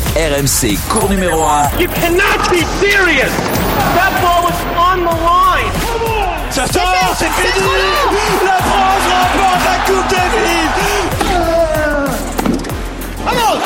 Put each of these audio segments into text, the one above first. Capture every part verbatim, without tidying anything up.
R M C, cours numéro un. You cannot be serious! That ball was on the line! Ça sort, c'est fini! La France remporte la Coupe Davis! Vamos!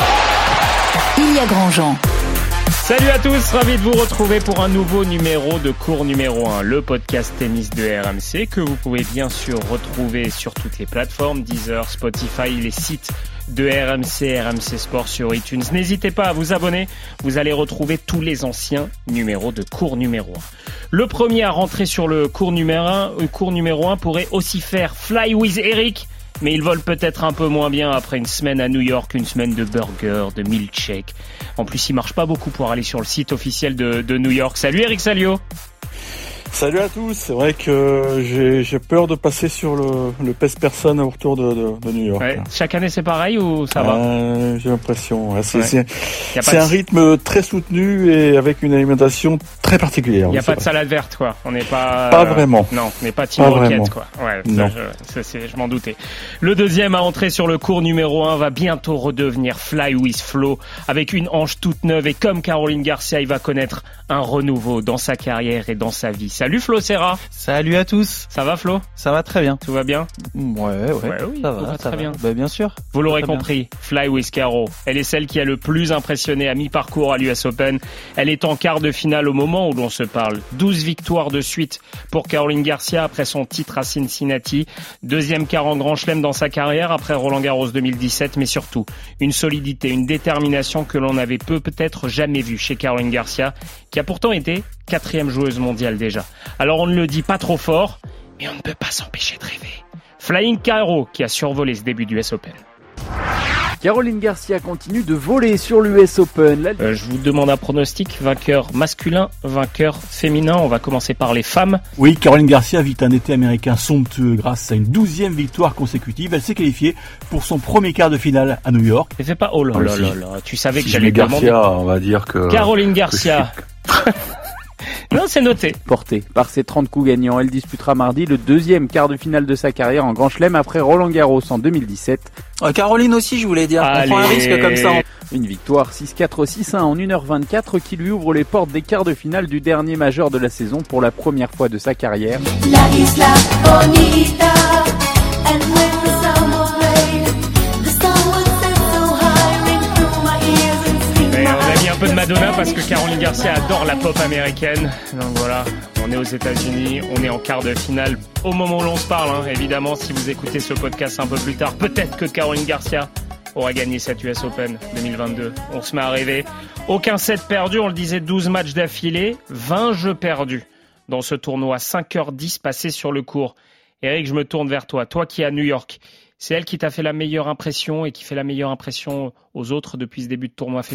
Ilia Grandjean. Salut à tous, ravi de vous retrouver pour un nouveau numéro de cours numéro un, le podcast tennis de R M C que vous pouvez bien sûr retrouver sur toutes les plateformes, Deezer, Spotify, les sites de R M C, R M C Sport sur iTunes. N'hésitez pas à vous abonner, vous allez retrouver tous les anciens numéros de cours numéro un. Le premier à rentrer sur le cours numéro un, euh, cours numéro un pourrait aussi faire Fly with Eric, mais il vole peut-être un peu moins bien après une semaine à New York, une semaine de burgers, de milkshake. En plus, il marche pas beaucoup pour aller sur le site officiel de, de New York. Salut Eric Salio. Salut à tous, c'est vrai que j'ai, j'ai peur de passer sur le, le pèse-personne au retour de, de, de New York. Ouais. Chaque année c'est pareil ou ça va euh, J'ai l'impression. Ouais, c'est ouais. c'est, c'est de... un rythme très soutenu et avec une alimentation très particulière. Il n'y a pas vrai. de salade verte quoi. On n'est pas. Pas euh... vraiment. Non, on n'est pas Team Rocket quoi. Ouais, non. Ça, je, ça, c'est, je m'en doutais. Le deuxième à entrer sur le cours numéro un va bientôt redevenir Fly with Flo avec une hanche toute neuve et comme Caroline Garcia, il va connaître un renouveau dans sa carrière et dans sa vie. Salut Flo Serra. Salut à tous. Ça va Flo ? Ça va très bien. Tout va bien ? Ouais, ouais. ouais oui, ça va, va, ça ça va. bien. Bah, bien sûr. Vous l'aurez très compris, bien. Fly with Caro. Elle est celle qui a le plus impressionné à mi-parcours à l'U S Open. Elle est en quart de finale au moment où l'on se parle. douze victoires de suite pour Caroline Garcia après son titre à Cincinnati. Deuxième quart en Grand Chelem dans sa carrière après Roland Garros deux mille dix-sept, mais surtout une solidité, une détermination que l'on n'avait peu peut-être jamais vue chez Caroline Garcia, qui a pourtant été quatrième joueuse mondiale déjà. Alors on ne le dit pas trop fort, mais on ne peut pas s'empêcher de rêver. Flying Caro qui a survolé ce début du U S Open. Caroline Garcia continue de voler sur l'U S Open. La... Euh, je vous demande un pronostic, vainqueur masculin, vainqueur féminin. On va commencer par les femmes. Oui, Caroline Garcia vit un été américain somptueux grâce à une douzième victoire consécutive. Elle s'est qualifiée pour son premier quart de finale à New York. Ne fais pas oh là là là là. Tu savais si que j'allais te Garcia, demander. On va dire que Caroline Garcia. Non, c'est noté. Portée par ses trente coups gagnants, elle disputera mardi le deuxième quart de finale de sa carrière en Grand Chelem après Roland Garros en deux mille dix-sept. Oh, Caroline aussi, je voulais dire. Allez. On prend un risque comme ça. Une victoire six quatre six un en une heure vingt-quatre qui lui ouvre les portes des quarts de finale du dernier majeur de la saison pour la première fois de sa carrière. La isla bonita, and when the summer rain, the sun would set so high, ring through my ears and sing my Et on a mis un peu de Madonna parce que Caroline Garcia adore la pop américaine. Donc voilà, on est aux États-Unis, on est en quart de finale au moment où l'on se parle. Hein. Évidemment, si vous écoutez ce podcast un peu plus tard, peut-être que Caroline Garcia aura gagné cette U S Open deux mille vingt-deux. On se met à rêver. Aucun set perdu, on le disait, douze matchs d'affilée, vingt jeux perdus dans ce tournoi, cinq heures dix passées sur le court. Eric, je me tourne vers toi. Toi qui es à New York, c'est elle qui t'a fait la meilleure impression et qui fait la meilleure impression aux autres depuis ce début de tournoi féminin ?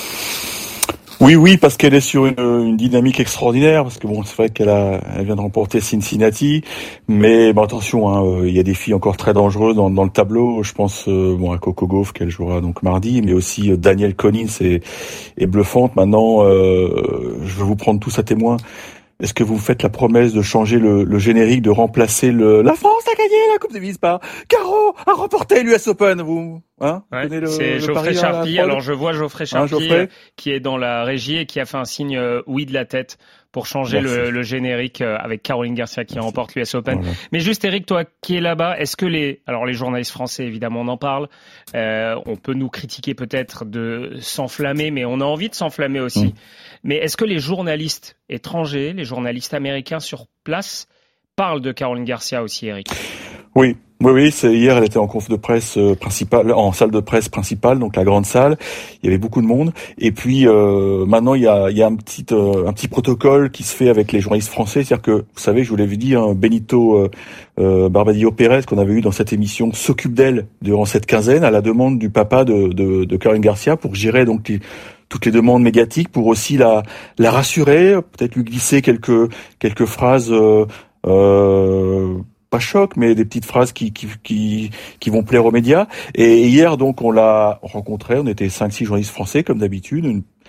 Oui, oui, parce qu'elle est sur une, une dynamique extraordinaire, parce que bon, c'est vrai qu'elle a, elle vient de remporter Cincinnati, mais bon, attention, hein, il y a des filles encore très dangereuses dans, dans le tableau. Je pense euh, bon à Coco Gauff qu'elle jouera donc mardi, mais aussi euh, Danielle Collins est, est bluffante. Maintenant, euh, je vais vous prendre tous à témoin. Est-ce que vous faites la promesse de changer le, le générique, de remplacer le « La France a gagné la Coupe Davis par Caro a remporté l'U S Open », vous hein ouais, le, c'est le Geoffrey Charpie. Alors je vois Geoffrey Charpie hein, Geoffrey qui est dans la régie et qui a fait un signe euh, oui de la tête pour changer le, le générique euh, avec Caroline Garcia qui Merci. remporte l'U S Open. Voilà. Mais juste Eric, toi qui es là-bas, est-ce que les alors les journalistes français évidemment on en parle, euh, on peut nous critiquer peut-être de s'enflammer, mais on a envie de s'enflammer aussi. Mmh. Mais est-ce que les journalistes étrangers, les journalistes américains sur place parlent de Caroline Garcia aussi, Eric ? Oui. Oui, oui, c'est, hier, elle était en conf de presse euh, principale, en salle de presse principale, donc la grande salle. Il y avait beaucoup de monde. Et puis, euh, maintenant, il y a, il y a un petit, euh, un petit protocole qui se fait avec les journalistes français. C'est-à-dire que, vous savez, je vous l'avais dit, hein, Benito euh, euh, Barbadillo-Pérez, qu'on avait eu dans cette émission, s'occupe d'elle durant cette quinzaine à la demande du papa de, de, de Caroline Garcia pour gérer donc les, toutes les demandes médiatiques, pour aussi la, la rassurer, peut-être lui glisser quelques, quelques phrases. Euh, euh, pas choc, mais des petites phrases qui, qui, qui, qui vont plaire aux médias. Et hier, donc, on l'a rencontré, on était cinq six journalistes français, comme d'habitude, une,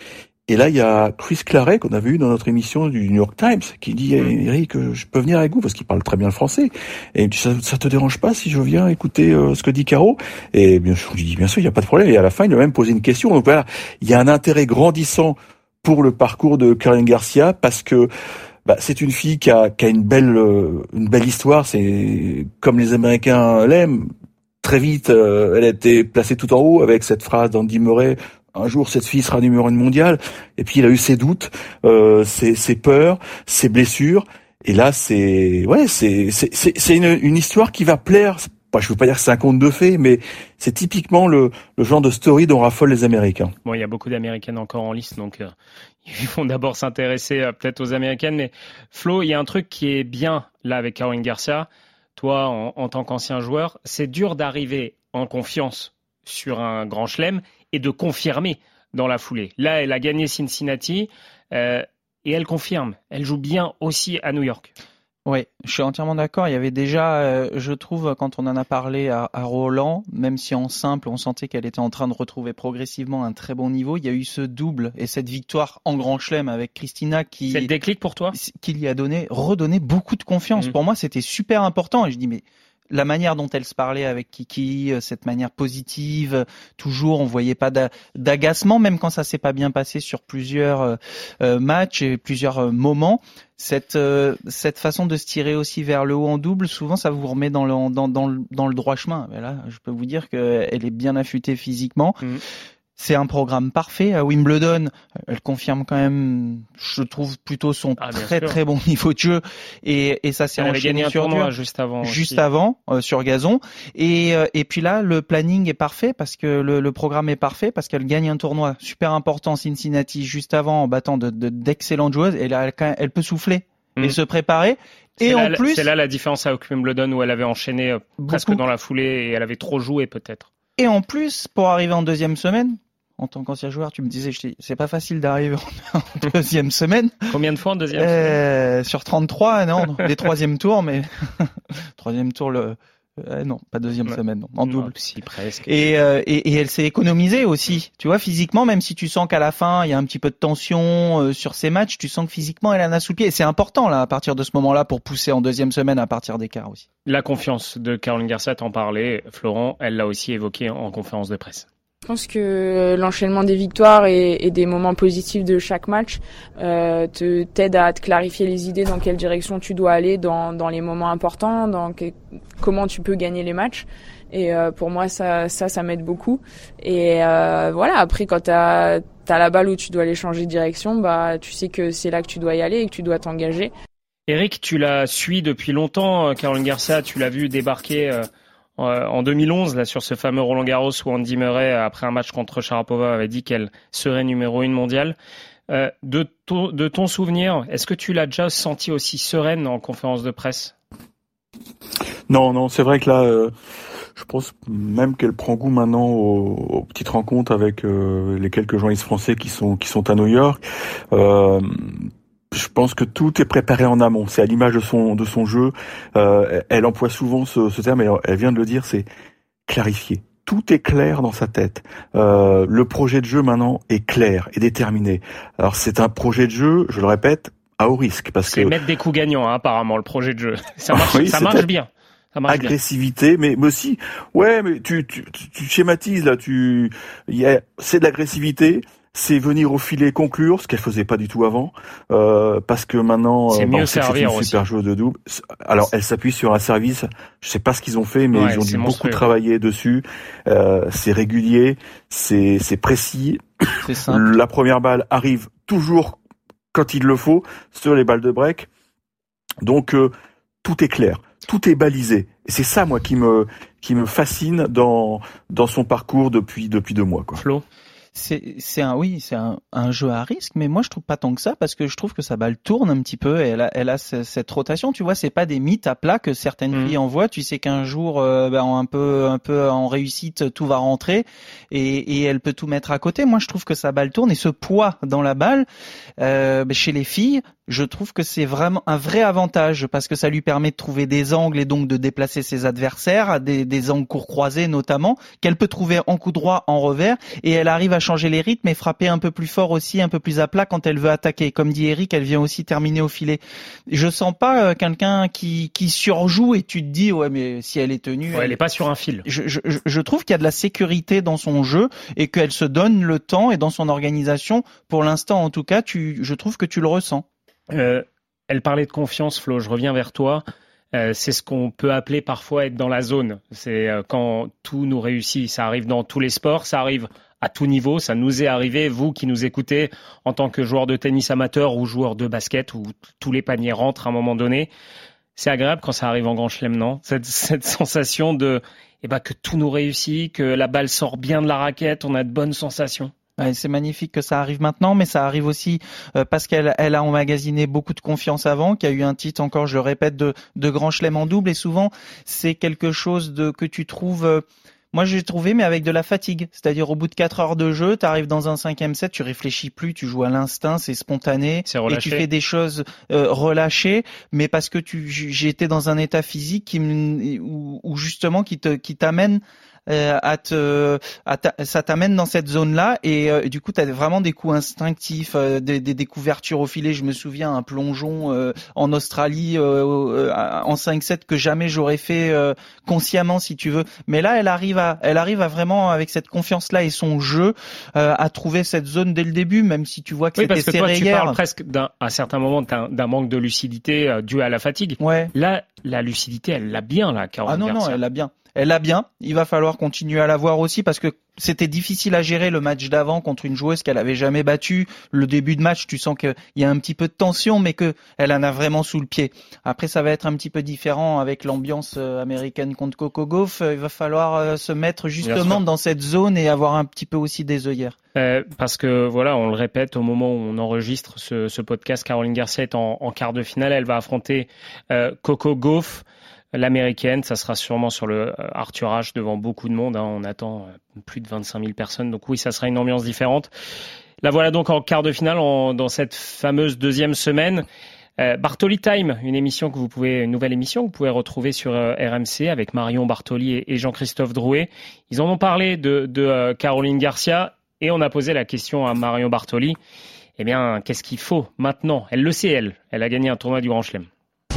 Et là, il y a Chris Claret, qu'on avait eu dans notre émission du New York Times, qui dit hey, « Eric, je peux venir avec vous ?» parce qu'il parle très bien le français. Et il me dit « Ça, ça te dérange pas si je viens écouter euh, ce que dit Caro ?» Et bien sûr, je lui dis « Bien sûr, il n'y a pas de problème. » Et à la fin, il m'a même posé une question. Donc voilà, il y a un intérêt grandissant pour le parcours de Caroline Garcia parce que bah, c'est une fille qui a, qui a une belle, euh, une belle histoire. C'est comme les Américains l'aiment. Très vite, euh, elle a été placée tout en haut avec cette phrase d'Andy Murray. Un jour, cette fille sera numéro un mondial. Et puis, il a eu ses doutes, euh, ses, ses peurs, ses blessures. Et là, c'est, ouais, c'est, c'est, c'est, c'est une, une histoire qui va plaire. Bah, je veux pas dire que c'est un conte de fées, mais c'est typiquement le, le genre de story dont raffolent les Américains. Bon, il y a beaucoup d'Américaines encore en lice, donc euh, ils vont d'abord s'intéresser euh, peut-être aux Américaines. Mais Flo, il y a un truc qui est bien là avec Caroline Garcia. Toi, en, en tant qu'ancien joueur, c'est dur d'arriver en confiance sur un grand chelem et de confirmer dans la foulée. Là, elle a gagné Cincinnati euh, et elle confirme. Elle joue bien aussi à New York. Oui, je suis entièrement d'accord. Il y avait déjà, euh, je trouve, quand on en a parlé à, à Roland, même si en simple, on sentait qu'elle était en train de retrouver progressivement un très bon niveau, il y a eu ce double et cette victoire en grand chelem avec Christina qui... C'est le déclic pour toi ? Qui lui a donné, redonné beaucoup de confiance. Mmh. Pour moi, c'était super important et je dis, mais... La manière dont elle se parlait avec Kiki, cette manière positive, toujours, on voyait pas d'agacement, même quand ça s'est pas bien passé sur plusieurs euh, matchs et plusieurs euh, moments. Cette euh, cette façon de se tirer aussi vers le haut en double, souvent ça vous remet dans le dans dans le, dans le droit chemin. Mais là, je peux vous dire que elle est bien affûtée physiquement. Mmh. C'est un programme parfait. À Wimbledon, elle confirme quand même, je trouve, plutôt son ah, très sûr. très bon niveau de jeu. Et, et ça s'est elle enchaîné avait gagné sur un tournoi dur, juste avant. Juste aussi. avant, euh, sur gazon. Et, euh, et puis là, le planning est parfait parce que le, le programme est parfait parce qu'elle gagne un tournoi super important, Cincinnati, juste avant, en battant de, de, d'excellentes joueuses. Et là, elle, elle peut souffler mmh. et se préparer. C'est et là, en plus, c'est là la différence avec Wimbledon où elle avait enchaîné euh, presque dans la foulée et elle avait trop joué peut-être. Et en plus, pour arriver en deuxième semaine, en tant qu'ancien joueur, tu me disais, je dis, c'est pas facile d'arriver en, en deuxième semaine. Combien de fois en deuxième euh, semaine ? Sur trente-trois, non, les troisième tours, mais troisième tour, le euh, non, pas deuxième ouais. semaine, non, en double. Non, si, presque. Et, euh, et, et elle s'est économisée aussi, tu vois, physiquement, même si tu sens qu'à la fin, il y a un petit peu de tension euh, sur ces matchs, tu sens que physiquement, elle en a sous le pied. Et c'est important, là, à partir de ce moment-là, pour pousser en deuxième semaine à partir d'écart aussi. La confiance de Caroline Garcia, t'en parlais, Florent, elle l'a aussi évoqué en conférence de presse. Je pense que l'enchaînement des victoires et, et des moments positifs de chaque match euh, te t'aide à te clarifier les idées dans quelle direction tu dois aller dans, dans les moments importants, dans que, comment tu peux gagner les matchs. Et euh, pour moi, ça, ça, ça m'aide beaucoup. Et euh, voilà. Après, quand t'as t'as la balle où tu dois aller changer de direction, bah tu sais que c'est là que tu dois y aller et que tu dois t'engager. Eric, tu la suis depuis longtemps, Caroline Garcia. Tu l'as vu débarquer. Euh... En deux mille onze, là, sur ce fameux Roland Garros où Andy Murray, après un match contre Sharapova, avait dit qu'elle serait numéro une mondiale. Euh, de, ton, de ton souvenir, est-ce que tu l'as déjà senti aussi sereine en conférence de presse ? Non, non, c'est vrai que là, euh, je pense même qu'elle prend goût maintenant aux, aux petites rencontres avec euh, les quelques journalistes français qui sont qui sont à New York. Euh, Je pense que tout est préparé en amont. C'est à l'image de son de son jeu. Euh, elle emploie souvent ce, ce terme. Elle, elle vient de le dire. C'est clarifier. Tout est clair dans sa tête. Euh, le projet de jeu maintenant est clair et déterminé. Alors c'est un projet de jeu, je le répète, à haut risque parce c'est que mettre des coups gagnants hein, apparemment le projet de jeu. Ça marche, oui, ça marche bien. Ça marche agressivité, bien. mais mais aussi, ouais, mais tu tu tu, tu schématises là. Tu, il y a, c'est de l'agressivité. C'est venir au filet conclure, ce qu'elle faisait pas du tout avant, euh, parce que maintenant, c'est mieux bon, servir c'est une aussi. super joueuse de double. Alors, elle s'appuie sur un service. Je sais pas ce qu'ils ont fait, mais ouais, ils ont dû monstrueux. beaucoup travailler dessus. Euh, c'est régulier, c'est c'est précis. C'est simple. La première balle arrive toujours quand il le faut sur les balles de break. Donc euh, tout est clair, tout est balisé. Et c'est ça, moi, qui me qui me fascine dans dans son parcours depuis depuis deux mois, quoi. Flo. C'est, c'est un, oui, c'est un, un jeu à risque, mais moi je trouve pas tant que ça parce que je trouve que sa balle tourne un petit peu et elle a, elle a ce, cette rotation. Tu vois, c'est pas des mythes à plat que certaines mmh. filles envoient. Tu sais qu'un jour, euh, ben, un peu, un peu en réussite, tout va rentrer et, et elle peut tout mettre à côté. Moi, je trouve que sa balle tourne et ce poids dans la balle, euh, ben, chez les filles, je trouve que c'est vraiment un vrai avantage parce que ça lui permet de trouver des angles et donc de déplacer ses adversaires à des, des angles court croisés notamment, qu'elle peut trouver en coup droit, en revers, et elle arrive à changer les rythmes et frapper un peu plus fort aussi, un peu plus à plat quand elle veut attaquer. Comme dit Eric, elle vient aussi terminer au filet. Je sens pas euh, quelqu'un qui, qui surjoue et tu te dis ouais mais si elle est tenue, ouais, elle... elle est pas sur un fil. Je, je, je trouve qu'il y a de la sécurité dans son jeu et qu'elle se donne le temps et dans son organisation. Pour l'instant en tout cas, tu, je trouve que tu le ressens. Euh, elle parlait de confiance, Flo, je reviens vers toi. Euh, c'est ce qu'on peut appeler parfois être dans la zone. C'est euh, quand tout nous réussit. Ça arrive dans tous les sports, ça arrive à tout niveau. Ça nous est arrivé, vous qui nous écoutez, en tant que joueur de tennis amateur ou joueur de basket, où tous les paniers rentrent à un moment donné. C'est agréable quand ça arrive en Grand Chelem, non ? Cette, cette sensation de, eh ben, que tout nous réussit, que la balle sort bien de la raquette, on a de bonnes sensations. Ouais, c'est magnifique que ça arrive maintenant, mais ça arrive aussi euh, parce qu'elle elle a emmagasiné beaucoup de confiance avant, qu'il y a eu un titre encore, je le répète, de, de Grand Chelem en double, et souvent c'est quelque chose de que tu trouves... Euh, moi j'ai trouvé, mais avec de la fatigue, c'est-à-dire au bout de quatre heures de jeu, tu arrives dans un cinquième set, tu réfléchis plus, tu joues à l'instinct, c'est spontané, c'est et tu fais des choses euh, relâchées, mais parce que tu j'ai été dans un état physique qui où, où justement qui te qui t'amène Euh, à te, à ta, ça t'amène dans cette zone-là et euh, du coup t'as vraiment des coups instinctifs, euh, des, des, des couvertures au filet. Je me souviens un plongeon euh, en Australie euh, euh, en cinq sept que jamais j'aurais fait euh, consciemment si tu veux. Mais là elle arrive à, elle arrive à vraiment avec cette confiance-là et son jeu euh, à trouver cette zone dès le début, même si tu vois que oui, c'était serré hier. Oui, parce que toi tu parles presque d'un, à certains moments d'un, d'un manque de lucidité euh, dû à la fatigue. Ouais. Là la lucidité elle l'a bien là, Caroline Ah non Garcia. non elle l'a bien. Elle l'a bien. Il va falloir continuer à la voir aussi parce que c'était difficile à gérer le match d'avant contre une joueuse qu'elle avait jamais battue. Le début de match, tu sens qu'il y a un petit peu de tension, mais que elle en a vraiment sous le pied. Après, ça va être un petit peu différent avec l'ambiance américaine contre Coco Gauff. Il va falloir se mettre justement dans cette zone et avoir un petit peu aussi des œillères. Euh, parce que voilà, on le répète, au moment où on enregistre ce, ce podcast, Caroline Garcia est en, en quart de finale. Elle va affronter euh, Coco Gauff. L'américaine, ça sera sûrement sur le Arthur Ashe devant beaucoup de monde. Hein. On attend plus de vingt-cinq mille personnes. Donc oui, ça sera une ambiance différente. La voilà donc en quart de finale en, dans cette fameuse deuxième semaine. Euh, Bartoli Time, une émission que vous pouvez, une nouvelle émission que vous pouvez retrouver sur euh, R M C avec Marion Bartoli et, et Jean-Christophe Drouet. Ils en ont parlé de, de euh, Caroline Garcia et on a posé la question à Marion Bartoli. Eh bien, qu'est-ce qu'il faut maintenant ? Elle le sait, elle. Elle a gagné un tournoi du Grand Chelem.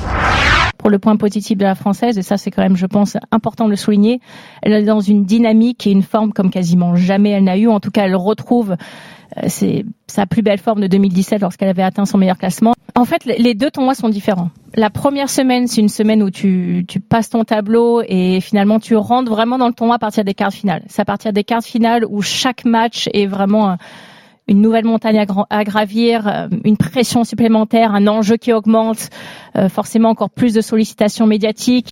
Pour le point positif de la Française, et ça c'est quand même, je pense, important de le souligner, elle est dans une dynamique et une forme comme quasiment jamais elle n'a eu. En tout cas, elle retrouve euh, c'est, sa plus belle forme de deux mille dix-sept lorsqu'elle avait atteint son meilleur classement. En fait, les deux tournois sont différents. La première semaine, c'est une semaine où tu, tu passes ton tableau et finalement tu rentres vraiment dans le tournoi à partir des quarts de finale. C'est à partir des quarts de finale où chaque match est vraiment... Un, une nouvelle montagne à, gra- à gravir, une pression supplémentaire, un enjeu qui augmente, euh, forcément encore plus de sollicitations médiatiques.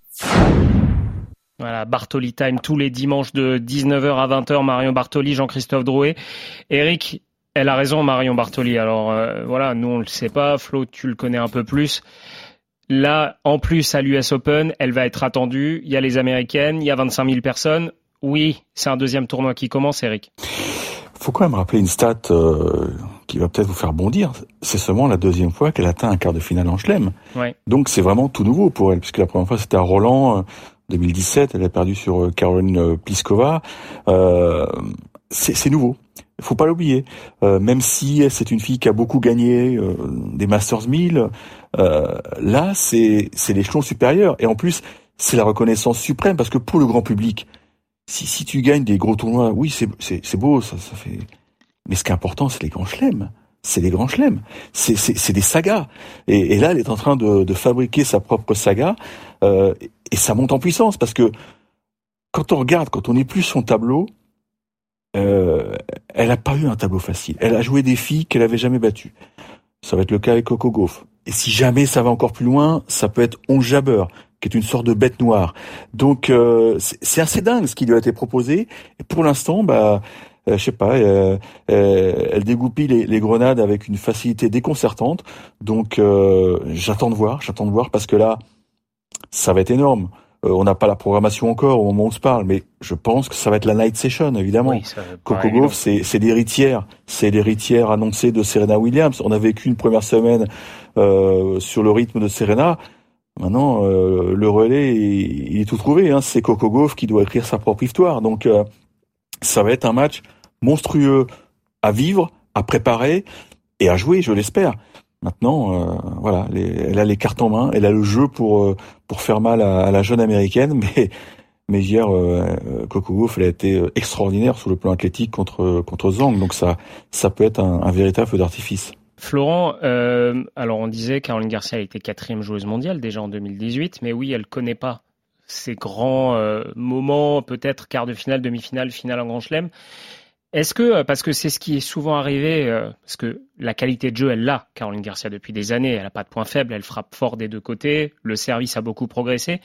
Voilà, Bartoli Time tous les dimanches de dix-neuf heures à vingt heures, Marion Bartoli, Jean-Christophe Drouet. Eric, elle a raison, Marion Bartoli. Alors euh, voilà, nous on le sait pas, Flo, tu le connais un peu plus. Là, en plus à l'U S Open, elle va être attendue. Il y a les Américaines, il y a vingt-cinq mille personnes. Oui, c'est un deuxième tournoi qui commence, Eric. Faut quand même rappeler une stat euh, qui va peut-être vous faire bondir. C'est seulement la deuxième fois qu'elle atteint un quart de finale en Chelem. Ouais. Donc c'est vraiment tout nouveau pour elle, puisque la première fois c'était à Roland, euh, deux mille dix-sept, elle a perdu sur euh, Caroline euh, Pliskova. Euh, c'est, c'est nouveau. Faut pas l'oublier. Euh, même si c'est une fille qui a beaucoup gagné euh, des Masters mille, euh, là c'est c'est l'échelon supérieur. Et en plus c'est la reconnaissance suprême, parce que pour le grand public, Si, si tu gagnes des gros tournois, oui, c'est, c'est, c'est beau, ça, ça fait. Mais ce qui est important, c'est les grands chelems. C'est les grands chelems. C'est, c'est, c'est des sagas. Et, et là, elle est en train de, de fabriquer sa propre saga, euh, et ça monte en puissance, parce que quand on regarde, quand on épluche son tableau, euh, elle a pas eu un tableau facile. Elle a joué des filles qu'elle avait jamais battues. Ça va être le cas avec Coco Gauff. Et si jamais ça va encore plus loin, ça peut être Ons Jabeur, qui est une sorte de bête noire. Donc euh, c'est, c'est assez dingue ce qui lui a été proposé. Et pour l'instant, bah, euh, je sais pas, euh, euh, elle dégoupille les, les grenades avec une facilité déconcertante. Donc euh, j'attends de voir, j'attends de voir parce que là, ça va être énorme. Euh, on n'a pas la programmation encore au moment où on se parle, mais je pense que ça va être la night session, évidemment. Oui, ça, Coco Gauff, c'est, c'est l'héritière, c'est l'héritière annoncée de Serena Williams. On a vécu une première semaine euh, sur le rythme de Serena. Maintenant, euh, le relais, il, il est tout trouvé. Hein. C'est Coco Gauff qui doit écrire sa propre histoire. Donc, euh, ça va être un match monstrueux à vivre, à préparer et à jouer, je l'espère. Maintenant, euh, voilà, les, elle a les cartes en main, elle a le jeu pour euh, pour faire mal à, à la jeune américaine, mais mais hier, euh, Coco Gauff, elle a été extraordinaire sur le plan athlétique contre contre Zhang, donc ça ça peut être un, un véritable feu d'artifice. Florent, euh, alors on disait Caroline Garcia a été quatrième joueuse mondiale déjà en deux mille dix-huit, mais oui, elle connaît pas ces grands euh, moments, peut-être quart de finale, demi-finale, finale en Grand Chelem. Est-ce que, parce que c'est ce qui est souvent arrivé, euh, parce que la qualité de jeu, elle l'a, Caroline Garcia, depuis des années, elle n'a pas de point faible, elle frappe fort des deux côtés, le service a beaucoup progressé.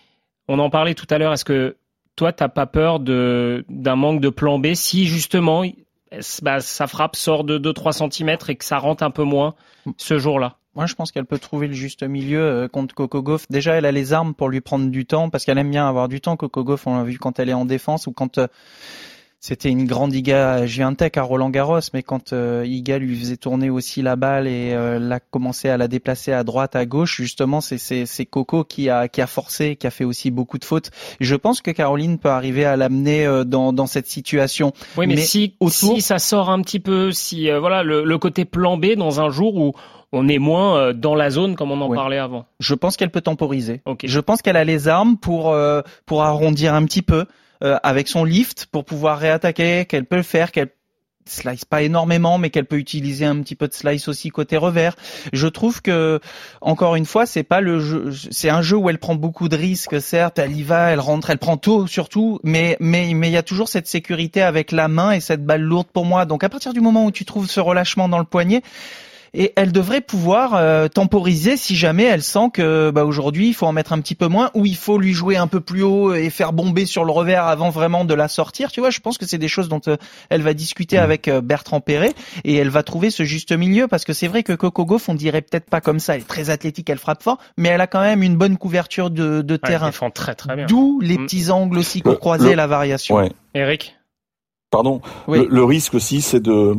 On en parlait tout à l'heure, est-ce que toi, t'as pas peur de, d'un manque de plan B si justement bah, sa frappe sort de deux à trois centimètres et que ça rentre un peu moins ce jour-là? Moi, je pense qu'elle peut trouver le juste milieu euh, contre Coco Gauff. Déjà, elle a les armes pour lui prendre du temps, parce qu'elle aime bien avoir du temps. Coco Gauff, on l'a vu quand elle est en défense ou quand... Euh, C'était une grande Iga Swiatek à Roland Garros, mais quand euh, Iga lui faisait tourner aussi la balle et euh, l'a commencé à la déplacer à droite, à gauche, justement, c'est c'est, c'est Coco qui a qui a forcé, qui a fait aussi beaucoup de fautes. Je pense que Caroline peut arriver à l'amener euh, dans dans cette situation. Oui, mais, mais si autour... si ça sort un petit peu, si euh, voilà le, le côté plan B dans un jour où on est moins euh, dans la zone comme on en oui. parlait avant. Je pense qu'elle peut temporiser. Okay. Je pense qu'elle a les armes pour euh, pour arrondir un petit peu. Euh, avec son lift pour pouvoir réattaquer, qu'elle peut le faire, qu'elle slice pas énormément, mais qu'elle peut utiliser un petit peu de slice aussi côté revers. Je trouve que, encore une fois, c'est pas le jeu, c'est un jeu où elle prend beaucoup de risques, certes, elle y va, elle rentre, elle prend tôt surtout, mais, mais, mais il y a toujours cette sécurité avec la main et cette balle lourde pour moi. Donc à partir du moment où tu trouves ce relâchement dans le poignet, et elle devrait pouvoir euh, temporiser si jamais elle sent que bah aujourd'hui il faut en mettre un petit peu moins, ou il faut lui jouer un peu plus haut et faire bomber sur le revers avant vraiment de la sortir. Tu vois, je pense que c'est des choses dont euh, elle va discuter avec euh, Bertrand Perret et elle va trouver ce juste milieu, parce que c'est vrai que Coco Gauff, on dirait peut-être pas comme ça, elle est très athlétique, elle frappe fort, mais elle a quand même une bonne couverture de, de terrain. Elle défend très très bien. D'où les mmh. petits angles aussi qu'on croisait et la variation. Ouais. Eric, pardon. Oui. Le, le risque aussi, c'est de,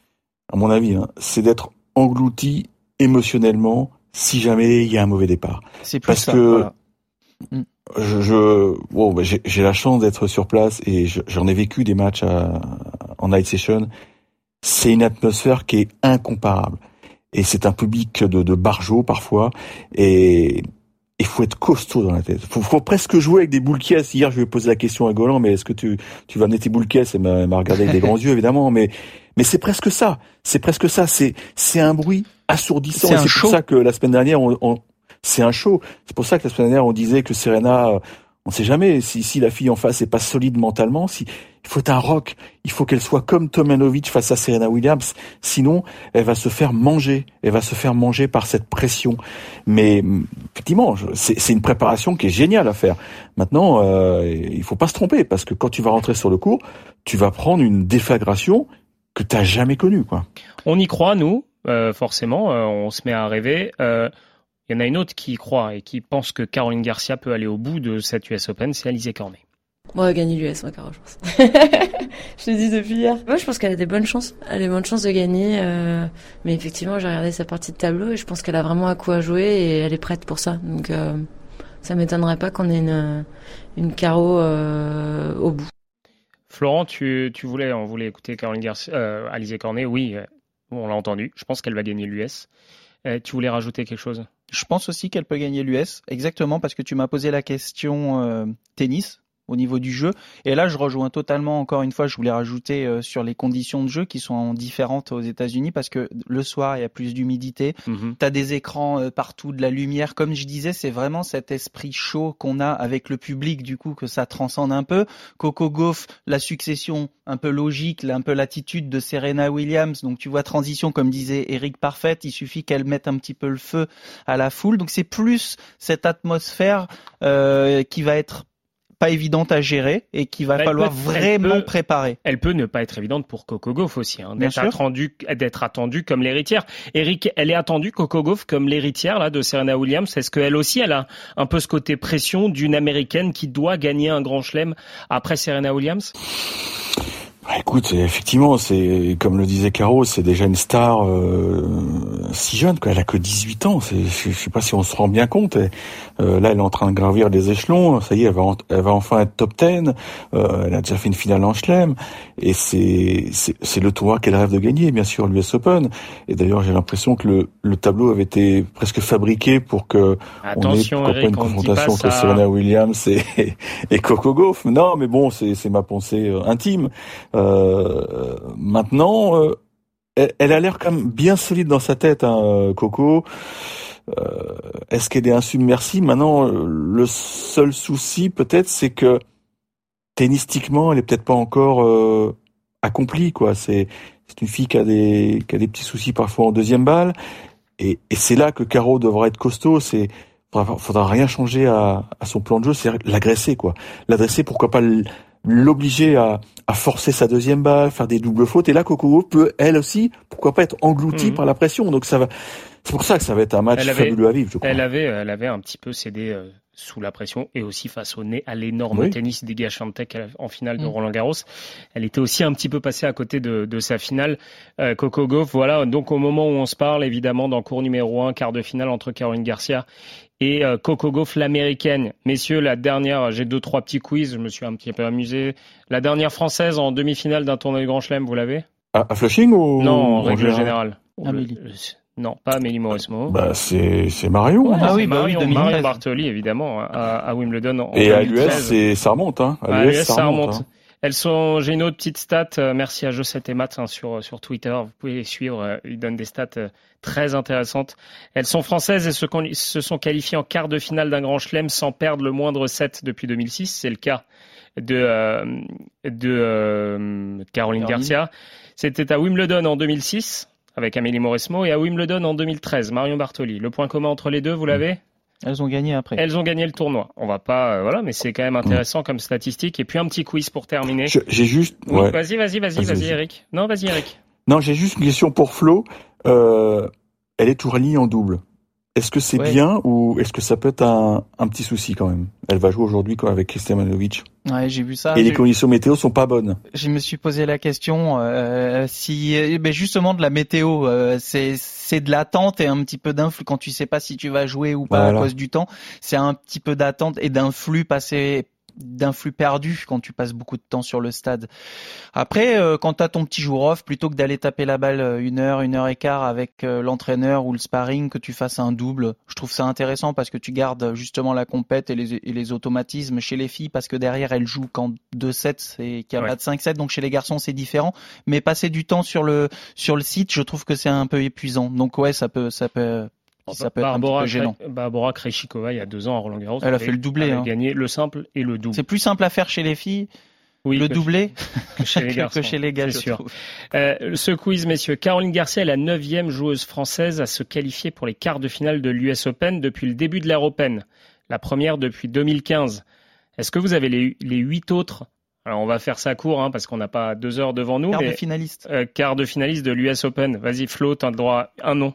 à mon avis, hein, c'est d'être englouti émotionnellement si jamais il y a un mauvais départ. C'est plus parce ça, que voilà. je, je bon, bah, j'ai, j'ai la chance d'être sur place et je, j'en ai vécu des matchs à, en night session. C'est une atmosphère qui est incomparable et c'est un public de, de barjots parfois et il faut être costaud dans la tête. Faut, faut presque jouer avec des boules caisses. Hier, je lui ai posé la question à Golan, mais est-ce que tu, tu vas amener tes boules caisses? Elle m'a, elle m'a regardé avec des grands yeux, évidemment, mais, mais c'est presque ça. C'est presque ça. C'est, c'est un bruit assourdissant. C'est et un c'est show. pour ça que la semaine dernière, on, on, c'est un show. C'est pour ça que la semaine dernière, on disait que Serena, on sait jamais si, si la fille en face est pas solide mentalement, si, il faut être un rock. Il faut qu'elle soit comme Tomljanovic face à Serena Williams. Sinon, elle va se faire manger. Elle va se faire manger par cette pression. Mais, effectivement, c'est, c'est une préparation qui est géniale à faire. Maintenant, euh, il faut pas se tromper, parce que quand tu vas rentrer sur le court, tu vas prendre une déflagration que t'as jamais connue, quoi. On y croit, nous, euh, forcément. Euh, on se met à rêver. Euh, Il y en a une autre qui y croit et qui pense que Caroline Garcia peut aller au bout de cette U S Open, c'est Alizé Cornet. Bon, elle va gagner l'U S, moi, Caro, je pense. Je te dis depuis hier. Moi, je pense qu'elle a des bonnes chances. Elle a des bonnes chances de gagner. Euh, mais effectivement, j'ai regardé sa partie de tableau et je pense qu'elle a vraiment à quoi jouer et elle est prête pour ça. Donc, euh, ça m'étonnerait pas qu'on ait une, une Caro euh, au bout. Florent, tu, tu voulais, on voulait écouter Caroline Garcia, euh, Alizé Cornet. Oui, euh, on l'a entendu. Je pense qu'elle va gagner l'U S. Euh, tu voulais rajouter quelque chose? Je pense aussi qu'elle peut gagner l'U S, exactement parce que tu m'as posé la question euh, tennis au niveau du jeu. Et là, je rejoins totalement, encore une fois, je voulais rajouter euh, sur les conditions de jeu qui sont différentes aux États-Unis parce que le soir, il y a plus d'humidité. Mm-hmm. Tu as des écrans euh, partout, de la lumière. Comme je disais, c'est vraiment cet esprit chaud qu'on a avec le public, du coup, que ça transcende un peu. Coco Gauff, la succession un peu logique, un peu l'attitude de Serena Williams. Donc, tu vois, transition, comme disait Eric, parfaite. Il suffit qu'elle mette un petit peu le feu à la foule. Donc, c'est plus cette atmosphère euh, qui va être pas évidente à gérer et qu'il va bah, falloir peut, vraiment elle peut, préparer. Elle peut ne pas être évidente pour Coco Gauff aussi, hein, Bien d'être sûr. attendue, d'être attendue comme l'héritière. Eric, elle est attendue Coco Gauff comme l'héritière là de Serena Williams. Est-ce qu'elle aussi, elle a un peu ce côté pression d'une américaine qui doit gagner un grand chelem après Serena Williams? Bah, écoute, effectivement, c'est comme le disait Caro, c'est déjà une star euh, si jeune, quoi. Elle a que dix-huit ans. C'est, je, je sais pas si on se rend bien compte. Et, euh, là, elle est en train de gravir des échelons. Ça y est, elle va, en, elle va enfin être top dix. Euh, elle a déjà fait une finale en chelem. Et c'est, c'est, c'est le tournoi qu'elle rêve de gagner, bien sûr, l'U S Open. Et d'ailleurs, j'ai l'impression que le, le tableau avait été presque fabriqué pour que Attention, on ait Eric, une on confrontation entre ça. Serena Williams et, et Coco Gauff. Non, mais bon, c'est, c'est ma pensée euh, intime. Euh, maintenant, euh, elle, elle a l'air quand même bien solide dans sa tête, hein, Coco. Euh, est-ce qu'elle est insubmersible? Maintenant, le seul souci, peut-être, c'est que tennistiquement, elle est peut-être pas encore euh, accomplie, quoi. C'est, c'est une fille qui a des, qui a des petits soucis parfois en deuxième balle, et, et c'est là que Caro devra être costaud. C'est, faudra, faudra rien changer à, à son plan de jeu, c'est l'agresser, quoi. L'adresser, pourquoi pas l'obliger à, à forcer sa deuxième balle, faire des doubles fautes. Et là, Coco Gauff peut, elle aussi, pourquoi pas être engloutie mmh. par la pression. Donc ça va, c'est pour ça que ça va être un match elle avait, fabuleux à vivre, je crois. Elle avait, elle avait un petit peu cédé euh, sous la pression et aussi face au nez à l'énorme oui. tennis d'Iga Świątek en finale de mmh. Roland Garros. Elle était aussi un petit peu passée à côté de, de sa finale. Euh, Coco Gauff, voilà. Donc au moment où on se parle, évidemment, dans cours numéro un, quart de finale entre Caroline Garcia et euh, Coco Gauff, l'américaine. Messieurs, la dernière, j'ai deux, trois petits quiz, je me suis un petit peu amusé. La dernière française en demi-finale d'un tournoi de Grand Chelem, vous l'avez? À, à Flushing ou? Non, en, en règle général. générale. Amélie. Le, non, pas Amélie Mauresmo. Bah, c'est, c'est Marion. Ouais, ah c'est oui, bah Marion, oui, Marion Bartoli, évidemment, à, à Wimbledon en Et deux mille treize. à l'U S, c'est, ça remonte, hein. À, à l'U S, ça remonte. Hein. Elles sont, j'ai une autre petite stat, euh, merci à Josette et Matt hein, sur, sur Twitter, vous pouvez les suivre, euh, ils donnent des stats euh, très intéressantes. Elles sont françaises et se, se sont qualifiées en quart de finale d'un grand chelem sans perdre le moindre set depuis deux mille six, c'est le cas de, euh, de euh, Caroline Caroline. Garcia. C'était à Wimbledon en deux mille six avec Amélie Mauresmo et à Wimbledon en deux mille treize, Marion Bartoli. Le point commun entre les deux, vous l'avez ? Elles ont gagné après. Elles ont gagné le tournoi. On va pas, euh, voilà, mais c'est quand même intéressant mmh. comme statistique. Et puis un petit quiz pour terminer. Je, j'ai juste. Oui, ouais. Vas-y, vas-y, vas-y, vas-y, vas-y, Eric. Non, vas-y, Eric. Non, j'ai juste une question pour Flo. Euh, elle est touraligne en double. Est-ce que c'est ouais. bien ou est-ce que ça peut être un, un petit souci quand même? Elle va jouer aujourd'hui quoi, avec Krsmanovic. Ouais, j'ai vu ça. Et j'ai... les conditions météo sont pas bonnes. Je me suis posé la question euh, si, ben justement de la météo, euh, c'est c'est de l'attente et un petit peu d'influx quand tu sais pas si tu vas jouer ou pas voilà. à cause du temps. C'est un petit peu d'attente et d'influx passé. d'influx perdu quand tu passes beaucoup de temps sur le stade. Après, euh, quand t'as ton petit jour off, plutôt que d'aller taper la balle une heure, une heure et quart avec euh, l'entraîneur ou le sparring, que tu fasses un double, je trouve ça intéressant parce que tu gardes justement la compète et les, et les automatismes chez les filles parce que derrière elles jouent qu'en deux sets et qu'il y a ouais. pas de cinq sets, donc chez les garçons c'est différent. Mais passer du temps sur le sur le site, je trouve que c'est un peu épuisant. Donc ouais, ça peut ça peut Ça peut Barbara, être un petit peu gênant. Barbara Krejcikova, il y a deux ans à Roland Garros, elle a fait le doublé. Elle a hein. gagné le simple et le double. C'est plus simple à faire chez les filles, oui, le doublé, que chez les garçons. que chez les gars, c'est sûr. Euh, ce quiz, messieurs. Caroline Garcia est la neuvième joueuse française à se qualifier pour les quarts de finale de l'U S Open depuis le début de l'ère Open. La première depuis deux mille quinze. Est-ce que vous avez les, les huit autres? Alors on va faire ça court hein, parce qu'on n'a pas deux heures devant nous. Quart mais, de finaliste. Euh, quart de finaliste de l'U S Open. Vas-y Flo, t'as le droit à un nom.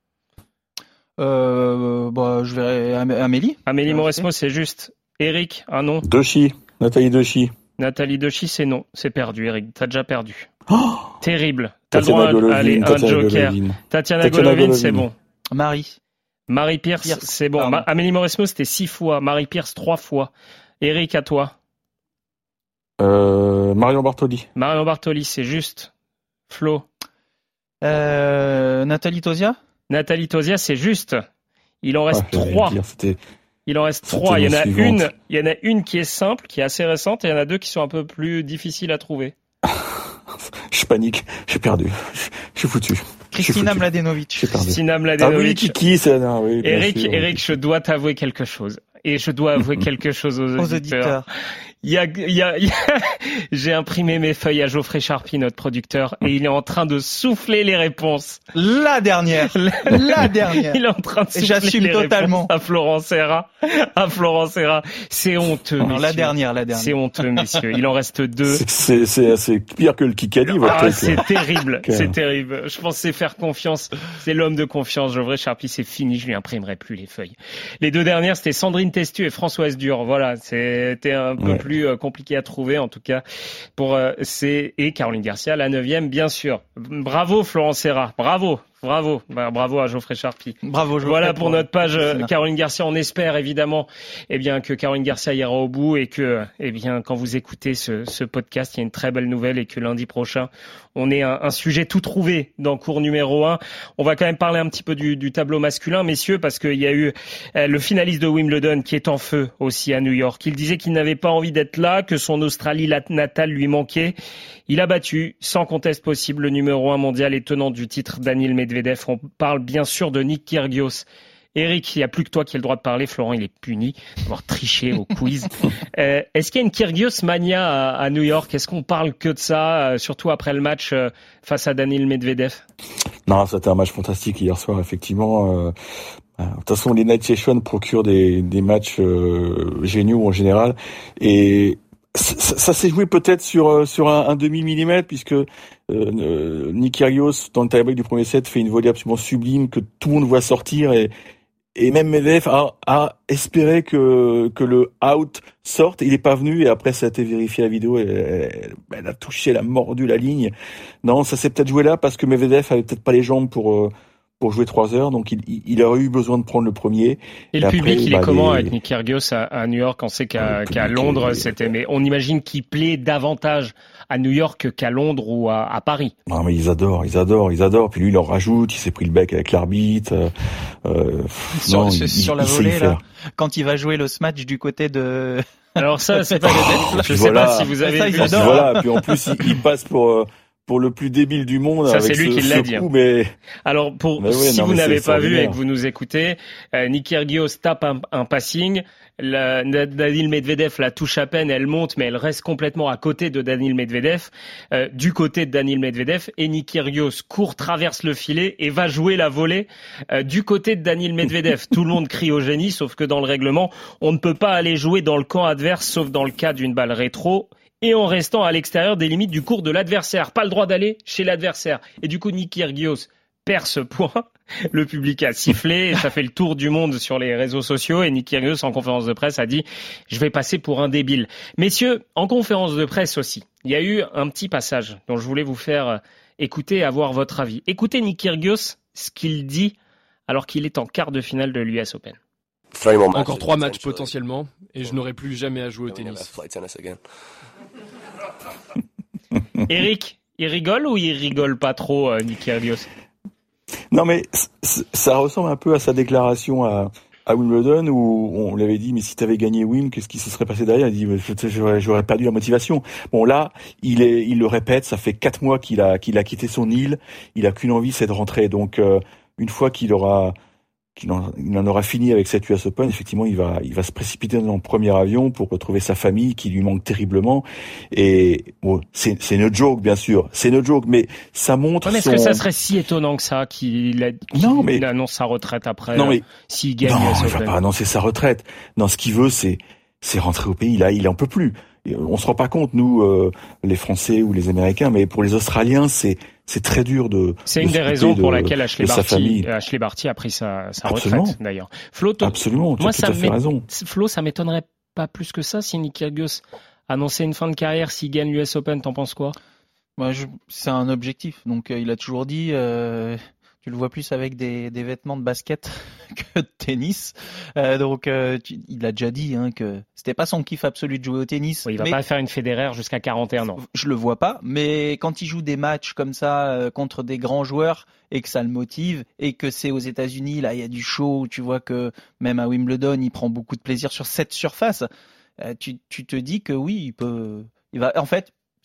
Euh, bah, je vais Amélie. Amélie Mauresmo, c'est juste. Eric, un nom. Doshi, Nathalie Doshi. Nathalie Doshi, c'est non, c'est perdu. Eric, t'as déjà perdu. Oh Terrible. T'as le droit à aller un joker. Golovin. Tatiana Golovin, c'est bon. Marie. Marie Pierce, Pierce. c'est bon. Ma- Amélie Mauresmo, c'était six fois. Marie Pierce, trois fois. Eric, à toi. Euh, Marion Bartoli. Marion Bartoli, c'est juste. Flo. Euh, Nathalie Tosia. Nathalie Tosia, c'est juste. Il en reste ah, trois. Dire, c'était... Il en reste c'était trois. Il y en a suivante. une. Il y en a une qui est simple, qui est assez récente, et il y en a deux qui sont un peu plus difficiles à trouver. Je panique. J'ai perdu. Je suis foutu. Christina Mladenovic. Christina Mladenovic. Ah oui, Kiki, c'est non, oui, Eric, sûr, Eric, oui. je dois t'avouer quelque chose. Et je dois avouer quelque chose aux, aux auditeurs. auditeurs. Il y a, il y a, il y a... j'ai imprimé mes feuilles à Geoffrey Charpie, notre producteur, et il est en train de souffler les réponses. La dernière, la dernière. Il est en train de souffler J'assume les totalement. réponses à Florent Serra, à Florent Serra. C'est honteux, Non, messieurs. la dernière, la dernière. C'est honteux, messieurs. Il en reste deux. C'est, c'est, c'est, c'est pire que le Kikadi, votre Ah, truc. c'est là. terrible, Okay. c'est terrible. Je pense que c'est faire confiance. C'est l'homme de confiance. Geoffrey Charpie, c'est fini. Je lui imprimerai plus les feuilles. Les deux dernières, c'était Sandrine Testu et Françoise Dur. Voilà, c'était un peu Ouais. plus euh, compliqué à trouver, en tout cas, pour euh, c'est et Caroline Garcia, la neuvième, bien sûr. Bravo Florent Serra, bravo. Bravo, bah, bravo à Geoffrey Charpie. Bravo, Geoffrey. Voilà pour notre page euh, C'est là. Caroline Garcia. On espère évidemment, eh bien, que Caroline Garcia ira au bout et que, eh bien, quand vous écoutez ce, ce podcast, il y a une très belle nouvelle et que lundi prochain, on ait un, un sujet tout trouvé dans cours numéro un. On va quand même parler un petit peu du, du tableau masculin, messieurs, parce qu'il y a eu euh, le finaliste de Wimbledon qui est en feu aussi à New York. Il disait qu'il n'avait pas envie d'être là, que son Australie natale lui manquait. Il a battu, sans conteste possible, le numéro un mondial et tenant du titre Daniil Medvedev. On parle bien sûr de Nick Kyrgios. Eric, il n'y a plus que toi qui as le droit de parler. Florent, il est puni d'avoir triché au quiz. Euh, est-ce qu'il y a une Kyrgios mania à, à New York? Est-ce qu'on parle que de ça, euh, surtout après le match euh, face à Daniil Medvedev? Non, c'était un match fantastique hier soir, effectivement. Euh, de toute façon, les night sessions procurent des, des matchs euh, géniaux en général. Et ça, ça s'est joué peut-être sur sur un, un demi-millimètre, puisque euh, euh, Nick Kyrgios, dans le tie-break du premier set, fait une volée absolument sublime que tout le monde voit sortir. Et, et même Medvedev a, a espéré que que le out sorte. Il est pas venu, et après ça a été vérifié à la vidéo. Elle, elle, elle a touché, elle a mordu la ligne. Non, ça s'est peut-être joué là parce que Medvedev avait peut-être pas les jambes pour euh, pour jouer trois heures, donc il, il aurait eu besoin de prendre le premier. Et, et le après, public, il bah, est comment les... avec Nick Kyrgios à, à New York? On sait qu'à, Le qu'à public Londres, est- c'était, mais on imagine qu'il plaît davantage à New York qu'à Londres ou à, à Paris. Non, mais ils adorent, ils adorent, ils adorent. Puis lui, il leur rajoute, il s'est pris le bec avec l'arbitre. Euh, euh, pff, Sur, non, sur, il, sur il, la il sait y volée, là, faire. quand il va jouer le match du côté de... Alors ça, c'est pas Oh, je puis sais voilà. pas si vous avez Ça, vu. ils Puis adorent. voilà. Puis en plus, il, il passe pour euh, pour le plus débile du monde. Ça, avec c'est lui ce, qui l'a ce dit, coup, hein. mais Alors, pour Mais oui, si non, vous mais n'avez c'est pas vu et extraordinaire. que vous nous écoutez, euh, Nick Kyrgios tape un, un passing, la, Daniil Medvedev la touche à peine, elle monte, mais elle reste complètement à côté de Daniil Medvedev, euh, du côté de Daniil Medvedev, et Nick Kyrgios court, traverse le filet et va jouer la volée euh, du côté de Daniil Medvedev. Tout le monde crie au génie, sauf que dans le règlement, on ne peut pas aller jouer dans le camp adverse, sauf dans le cas d'une balle rétro, et en restant à l'extérieur des limites du court de l'adversaire. Pas le droit d'aller chez l'adversaire. Et du coup, Nick Kyrgios perd ce point. Le public a sifflé et ça fait le tour du monde sur les réseaux sociaux. Et Nick Kyrgios, en conférence de presse, a dit « Je vais passer pour un débile ». Messieurs, en conférence de presse aussi, il y a eu un petit passage dont je voulais vous faire écouter et avoir votre avis. Écoutez Nick Kyrgios, ce qu'il dit alors qu'il est en quart de finale de l'U S Open. Encore trois matchs potentiellement, et je n'aurai plus jamais à jouer au tennis. Eric, il rigole ou il rigole pas trop, euh, Nick Kyrgios? non, mais c- c- ça ressemble un peu à sa déclaration à à Wimbledon où on l'avait dit mais si t'avais gagné Wim, qu'est-ce qui se serait passé derrière? Il dit mais j'aurais, j'aurais perdu la motivation. Bon là, il est, il le répète, ça fait quatre mois qu'il a qu'il a quitté son île, il a qu'une envie, c'est de rentrer. Donc euh, une fois qu'il aura qu'il en, il en aura fini avec cette U S Open, effectivement, il va il va se précipiter dans le premier avion pour retrouver sa famille qui lui manque terriblement. Et bon, c'est c'est no joke bien sûr, c'est no joke, mais ça montre. Ouais, mais est-ce son... que ça serait si étonnant que ça qu'il, a, qu'il Non, mais- annonce sa retraite après Non, euh, mais- s'il gagne Non, l'U S il va Open? pas annoncer sa retraite. Non, ce qu'il veut, c'est c'est rentrer au pays. Là, il en peut plus. Et on se rend pas compte, nous, euh, les Français ou les Américains, mais pour les Australiens, c'est c'est très dur de. C'est de une des s'occuper raisons pour de- laquelle Ashley de sa Barty, famille. Ashley Barty a pris sa, sa Absolument. retraite d'ailleurs. Flo, toi- Absolument, tu moi as tout ça à fait m'é- raison. Flo, ça m'étonnerait pas plus que ça si Nick Kyrgios annonçait une fin de carrière s'il gagne l'U S Open. T'en penses quoi? Moi, je... c'est un objectif. Donc, euh, il a toujours dit, euh, tu le vois plus avec des, des vêtements de basket que de tennis. Euh, donc, euh, tu... il a déjà dit hein, que c'était pas son kiff absolu de jouer au tennis. Oui, il va mais pas faire une Federer jusqu'à quarante et un ans. je le vois pas. Mais quand il joue des matchs comme ça euh, contre des grands joueurs et que ça le motive et que c'est aux États-Unis, là, il y a du show. Tu vois que même à Wimbledon, il prend beaucoup de plaisir sur cette surface. Euh, tu, tu te dis que oui, il peut. Il va. En fait.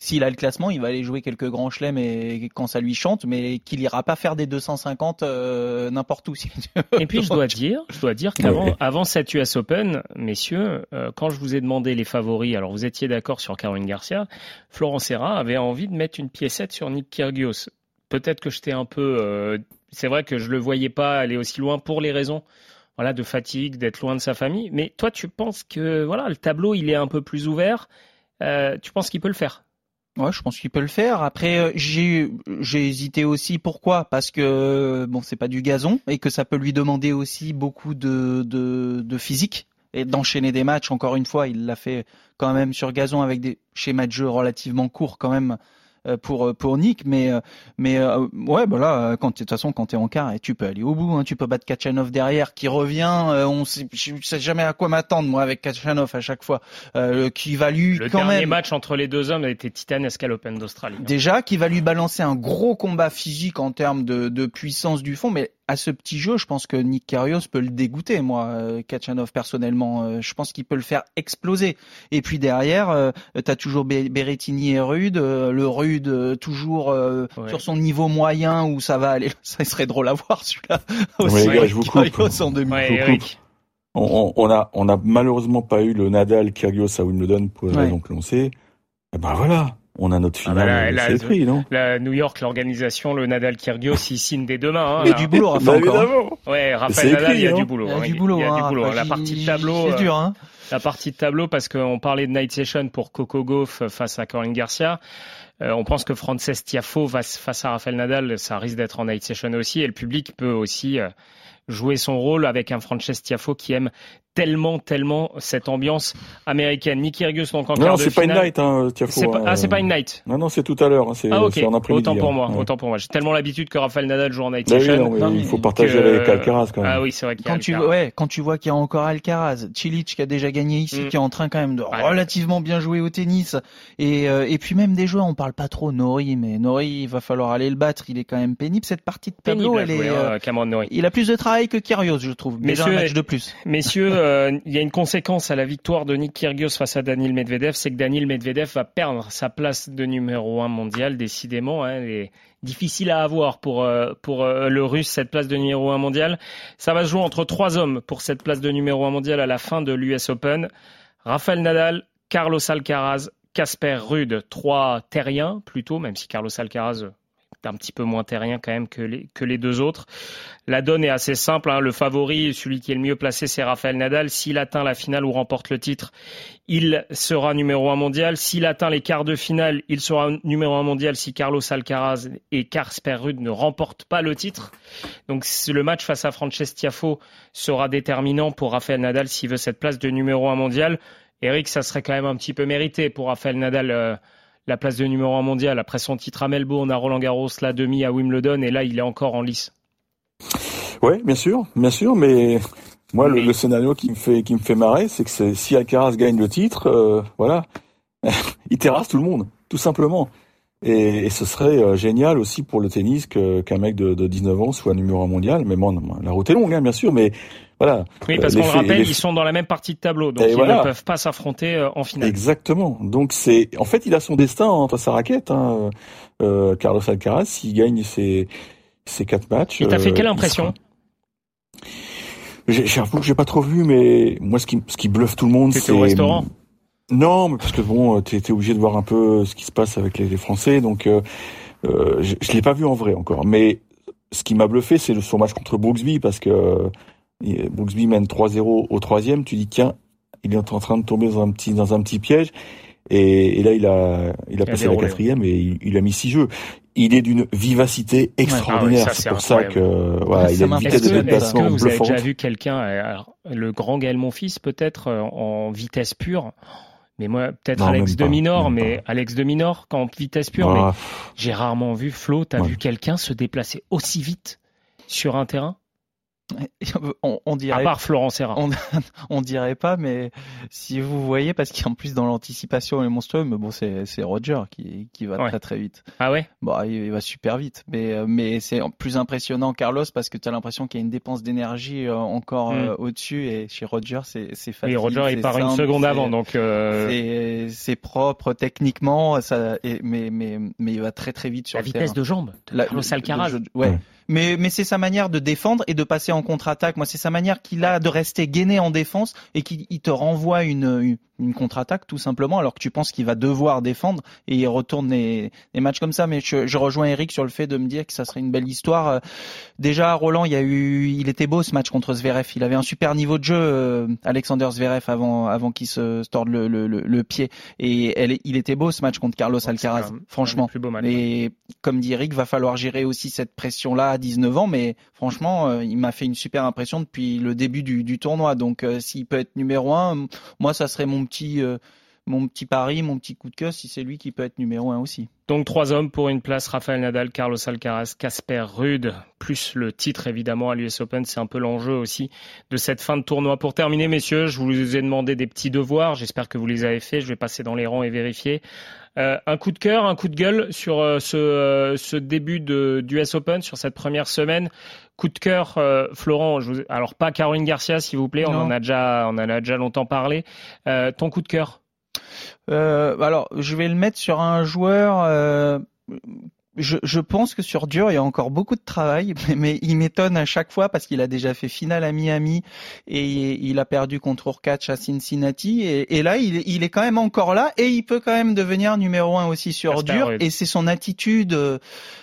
s'il a le classement, il va aller jouer quelques grands chelems et quand ça lui chante, mais qu'il ira pas faire des deux cent cinquante euh, n'importe où. Et puis je dois dire, je dois dire qu'avant ouais. avant cette U S Open, messieurs, euh, quand je vous ai demandé les favoris, alors vous étiez d'accord sur Caroline Garcia, Florent Serra avait envie de mettre une piécette sur Nick Kyrgios. Peut-être que j'étais un peu, euh, c'est vrai que je le voyais pas aller aussi loin pour les raisons. Voilà, de fatigue, d'être loin de sa famille. Mais toi, tu penses que voilà, le tableau, il est un peu plus ouvert. Euh, tu penses qu'il peut le faire ? Ouais, je pense qu'il peut le faire. Après, j'ai j'ai hésité aussi. Pourquoi ? Parce que bon, c'est pas du gazon et que ça peut lui demander aussi beaucoup de de, de physique et d'enchaîner des matchs. Encore une fois, il l'a fait quand même sur gazon avec des schémas de jeu relativement courts quand même. pour pour Nick, mais mais euh, ouais bah là quand de toute façon quand t'es en quart, tu peux aller au bout, hein, tu peux battre Khachanov derrière qui revient, euh, on sait, je sais jamais à quoi m'attendre moi avec Khachanov à chaque fois, euh, qui va lui le quand même. Le dernier match entre les deux hommes a été titanesque à l'Open d'Australie. Déjà qui va lui balancer un gros combat physique en termes de de puissance du fond, mais à ce petit jeu, je pense que Nick Kyrgios peut le dégoûter, moi, euh, Khachanov personnellement. Euh, je pense qu'il peut le faire exploser. Et puis derrière, euh, t'as toujours Be- Berrettini et Rude. Euh, le Rude euh, toujours euh, ouais. sur son niveau moyen où ça va aller. Ça serait drôle à voir celui-là. Aussi, ouais, je vous coupe. En demi. Ouais, Eric. On, on a on a malheureusement pas eu le Nadal Kyrgios à Wimbledon pour les ouais. raisons que l'on sait. Et ben voilà. On a notre finale, ah bah là, c'est pris, non ? La New York, l'organisation, le Nadal Kyrgios, il signe dès demain. Hein, il y a du boulot, Raphaël. Bah, ouais, Raphaël Nadal, écrit, il y a hein. du boulot. Il y a hein, du boulot. Il y a hein, du boulot. Raphaël, la partie de tableau. C'est dur, hein. La partie de tableau, parce qu'on parlait de Night Session pour Coco Gauff face à Caroline Garcia. Euh, on pense que Frances Tiafoe face à Raphaël Nadal, ça risque d'être en Night Session aussi. Et le public peut aussi euh, jouer son rôle avec un Frances Tiafoe qui aime tellement, tellement cette ambiance américaine. Nick Kyrgios donc en non, quart de c'est finale. Pas une night, hein, Tiafoe. C'est pas, hein, ah, c'est pas une night. Non, non, c'est tout à l'heure. Hein, c'est, ah, ok. c'est en après-midi. Autant pour hein. moi. Ouais. Autant pour moi. J'ai tellement l'habitude que Raphaël Nadal joue en night bah session. oui, non, oui, il faut partager que... avec Alcaraz quand même. Ah oui, c'est vrai qu'il y a quand Alcaraz. tu ouais, quand tu vois qu'il y a encore Alcaraz, Cilic qui a déjà gagné ici, mm. qui est en train quand même de ouais. relativement bien jouer au tennis, et euh, et puis même des joueurs, on parle pas trop Norrie, mais Norrie, il va falloir aller le battre. Il est quand même pénible cette partie de tableau. Pénible, elle est. Euh, Cameron Norrie. Il a plus de travail que Kyrgios, je trouve. Déjà un match de plus. Messieurs, euh, il y a une conséquence à la victoire de Nick Kyrgios face à Daniil Medvedev, c'est que Daniil Medvedev va perdre sa place de numéro un mondial, décidément. Hein, et difficile à avoir pour euh, pour euh, le Russe, cette place de numéro un mondial. Ça va se jouer entre trois hommes pour cette place de numéro un mondial à la fin de l'U S Open. Rafael Nadal, Carlos Alcaraz, Casper Ruud, trois terriens plutôt, même si Carlos Alcaraz est un petit peu moins terrien quand même que les, que les deux autres. La donne est assez simple, hein. Le favori, celui qui est le mieux placé, c'est Rafael Nadal. S'il atteint la finale ou remporte le titre, il sera numéro un mondial. S'il atteint les quarts de finale, il sera numéro un mondial si Carlos Alcaraz et Casper Ruud ne remportent pas le titre. Donc le match face à Frances Tiafoe sera déterminant pour Rafael Nadal s'il veut cette place de numéro un mondial. Eric, ça serait quand même un petit peu mérité pour Rafael Nadal, euh, la place de numéro un mondial après son titre à Melbourne, à Roland-Garros, la demi à Wimbledon, et là il est encore en lice. Ouais, bien sûr, bien sûr, mais moi le, le scénario qui me fait qui me fait marrer, c'est que c'est, si Alcaraz gagne le titre, euh, voilà, il terrasse tout le monde, tout simplement. Et, et ce serait euh, génial aussi pour le tennis que, qu'un mec de, de dix-neuf ans soit numéro un mondial. Mais bon, non, la route est longue, hein, bien sûr, mais voilà. Oui, parce euh, qu'on le rappelle, les... ils sont dans la même partie de tableau, donc et ils voilà. ne peuvent pas s'affronter euh, en finale. Exactement. Donc c'est, en fait, il a son destin entre sa raquette, hein, euh, Carlos Alcaraz, s'il gagne ses ses quatre matchs. Il t'a fait euh, quelle impression? Sera... J'ai, j'avoue que j'ai pas trop vu, mais moi, ce qui ce qui bluffe tout le monde, T'étais c'est. au restaurant? Non, mais parce que bon, t'es, t'es obligé de voir un peu ce qui se passe avec les, les Français, donc euh, euh, je, je l'ai pas vu en vrai encore. Mais ce qui m'a bluffé, c'est le, son match contre Brooksby, parce que euh, Brooksby mène trois zéro au troisième. Tu dis tiens, il est en train de tomber dans un petit dans un petit piège, et, et là il a il a passé la quatrième et il, il a mis six jeux. Il est d'une vivacité extraordinaire. Ah oui, ça, c'est, c'est pour ça que voilà, ouais, il a une vitesse de déplacement bluffante. Vous avez déjà vu quelqu'un, alors, le grand Gaël Monfils peut-être en vitesse pure? Mais moi, peut-être non, Alex de Minaur, mais pas. Alex de Minaur, en vitesse pure, ah. mais j'ai rarement vu, Flo, t'as ouais. vu quelqu'un se déplacer aussi vite sur un terrain? On, on dirait. À part Florent Serra. On, on dirait pas, mais si vous voyez, parce qu'en plus dans l'anticipation et monstrueux, mais bon, c'est, c'est Roger qui, qui va ouais. très très vite. Ah ouais? Bon, il, il va super vite, mais, mais c'est plus impressionnant Carlos parce que tu as l'impression qu'il y a une dépense d'énergie encore mm. euh, au-dessus et chez Roger, c'est, c'est facile. Oui, Roger, il part simple, une seconde avant, donc. Euh... C'est, c'est propre techniquement, ça, et, mais, mais, mais il va très très vite sur la le vitesse terrain. de jambe. De La, Carlos Alcaraz. De, de, ouais. Mm. Mais, mais c'est sa manière de défendre et de passer en contre-attaque. Moi, c'est sa manière qu'il a de rester gainé en défense et qu'il il te renvoie une, une, une contre-attaque tout simplement, alors que tu penses qu'il va devoir défendre et il retourne les, les matchs comme ça. Mais je, je rejoins Eric sur le fait de me dire que ça serait une belle histoire. Déjà, Roland, il y a eu, il était beau ce match contre Zverev. Il avait un super niveau de jeu, euh, Alexander Zverev, avant, avant qu'il se, se torde le, le, le, le pied. Et elle, il était beau ce match contre Carlos ouais, Alcaraz, un, franchement. Un et comme dit Eric, va falloir gérer aussi cette pression-là à dix-neuf ans, mais franchement, euh, il m'a fait une super impression depuis le début du, du tournoi. Donc, euh, s'il peut être numéro un, moi, ça serait mon petit, euh, mon petit pari, mon petit coup de queue, si c'est lui qui peut être numéro un aussi. Donc, trois hommes pour une place, Rafael Nadal, Carlos Alcaraz, Casper Ruud, plus le titre, évidemment, à l'U S Open. C'est un peu l'enjeu aussi de cette fin de tournoi. Pour terminer, messieurs, je vous ai demandé des petits devoirs. J'espère que vous les avez faits. Je vais passer dans les rangs et vérifier. Euh, un coup de cœur, un coup de gueule sur euh, ce, euh, ce début de, du U S Open, sur cette première semaine. Coup de cœur, euh, Florent, je vous... alors pas Caroline Garcia, s'il vous plaît, on en a déjà, on en a déjà longtemps parlé. Euh, ton coup de cœur? euh, Alors, je vais le mettre sur un joueur... Euh... Je, je pense que sur dur, il y a encore beaucoup de travail, mais, mais il m'étonne à chaque fois parce qu'il a déjà fait finale à Miami et il a perdu contre Hurkacz à Cincinnati. Et, et là, il, il est quand même encore là et il peut quand même devenir numéro un aussi sur Casper dur. Ruud. Et c'est son attitude euh,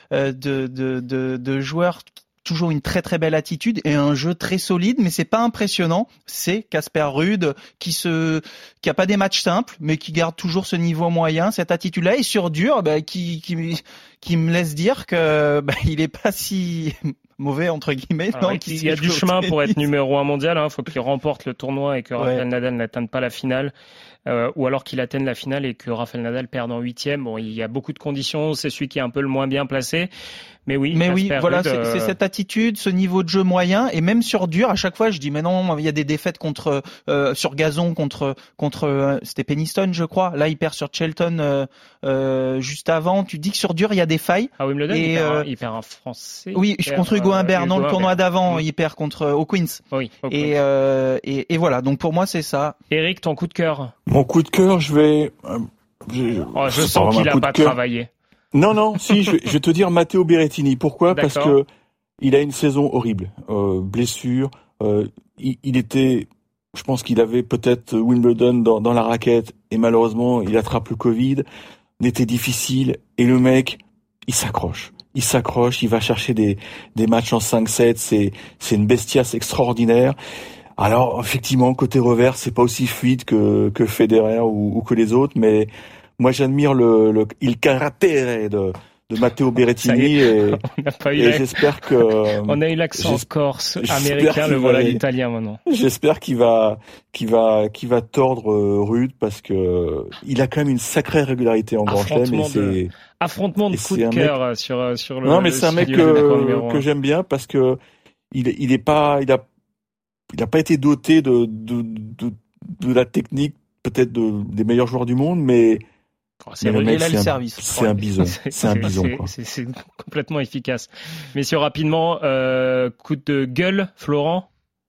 de, de, de, de joueur. Toujours une très très belle attitude et un jeu très solide, mais c'est pas impressionnant. C'est Casper Ruud qui se, qui a pas des matchs simples, mais qui garde toujours ce niveau moyen, cette attitude-là, et sur dur, bah, qui, qui, qui me laisse dire que bah, il est pas si mauvais entre guillemets. Alors, non, il y a du chemin pour être numéro un mondial. Il hein. faut qu'il remporte le tournoi et que ouais. Rafael Nadal n'atteigne pas la finale. Euh, ou alors qu'il atteigne la finale et que Rafael Nadal perde en huitième. Bon, il y a beaucoup de conditions. C'est celui qui est un peu le moins bien placé. Mais oui, mais oui, Ruud, voilà, euh... c'est, c'est cette attitude, ce niveau de jeu moyen, et même sur dur, à chaque fois, je dis mais non, il y a des défaites contre euh, sur gazon contre contre euh, c'était Peniston, je crois. Là, il perd sur Shelton euh, euh, juste avant. Tu dis que sur dur, il y a des failles. Ah oui, Wimbledon, et, il, perd, euh, il perd un Français. Oui, perd, contre Hugo Humbert, euh, non, Hugo le tournoi Humbert. d'avant, Mmh. il perd contre au Queens. Oui. Au et, Queens. Euh, et et voilà. Donc pour moi, c'est ça. Eric, ton coup de cœur. Mon coup de cœur, je vais. Euh, je oh, je sens qu'il a pas travaillé. Non, non, si, je vais, je vais te dire Matteo Berrettini. Pourquoi? D'accord. Parce que il a une saison horrible. Euh, blessure. Euh, il, il était, je pense qu'il avait peut-être Wimbledon dans, dans la raquette et malheureusement, il attrape le Covid. C'était difficile et le mec, il s'accroche. Il s'accroche, il va chercher des, des matchs en cinq sept. C'est, c'est une bestiace extraordinaire. Alors, effectivement, côté revers, c'est pas aussi fluide que, que Federer ou, ou que les autres, mais moi, j'admire le, le il caractère de, de Matteo Berrettini et, et j'espère que on a eu l'accent corse américain, le voilà l'italien maintenant. J'espère qu'il va qu'il va qu'il va tordre Ruud parce que il a quand même une sacrée régularité en Grand Chelem et c'est de... affrontement de coup de cœur mec... sur sur le non mais le c'est un mec que, que j'aime bien parce que il il est pas il a il a pas été doté de de de, de la technique peut-être de, des meilleurs joueurs du monde mais Oh, c'est le, mec, c'est le un, service. C'est un bison. C'est, c'est un bison. C'est, quoi. C'est, c'est, c'est complètement efficace. Messieurs, rapidement, euh, coup de gueule, Florent.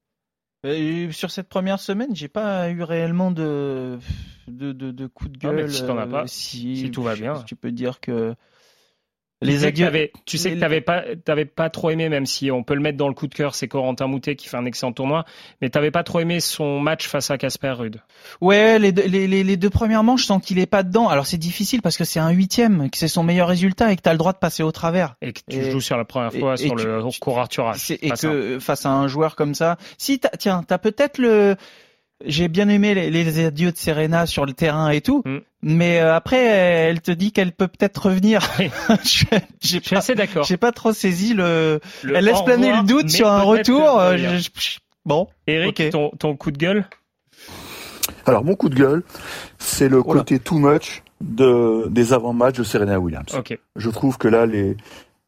Euh, sur cette première semaine, j'ai pas eu réellement de de de, de coup de gueule. Ah, mais si t'en as pas, euh, si, si tout va bien, tu peux dire que. Les tu sais adieux. Que tu sais que t'avais pas, t'avais pas trop aimé, même si on peut le mettre dans le coup de cœur, c'est Corentin Moutet qui fait un excellent tournoi, mais t'avais pas trop aimé son match face à Casper Ruud. Ouais, les deux, les, les, les deux premières manches, je sens qu'il est pas dedans. Alors c'est difficile parce que c'est un huitième, que c'est son meilleur résultat et que t'as le droit de passer au travers. Et que tu et, joues sur la première fois et, sur et le court Arthur Ashe. Et que simple. Face à un joueur comme ça, si t'as, tiens, t'as peut-être le. J'ai bien aimé les, les adieux de Serena sur le terrain et tout, mm. mais euh, après elle te dit qu'elle peut peut-être revenir. je, j'ai je suis pas, assez d'accord. J'ai pas trop saisi le. le elle laisse planer le doute sur un retour. Euh, je, je, bon. Eric, okay. ton, ton coup de gueule. Alors mon coup de gueule, c'est le Oula. côté too much de des avant-matchs de Serena Williams. Okay. Je trouve que là les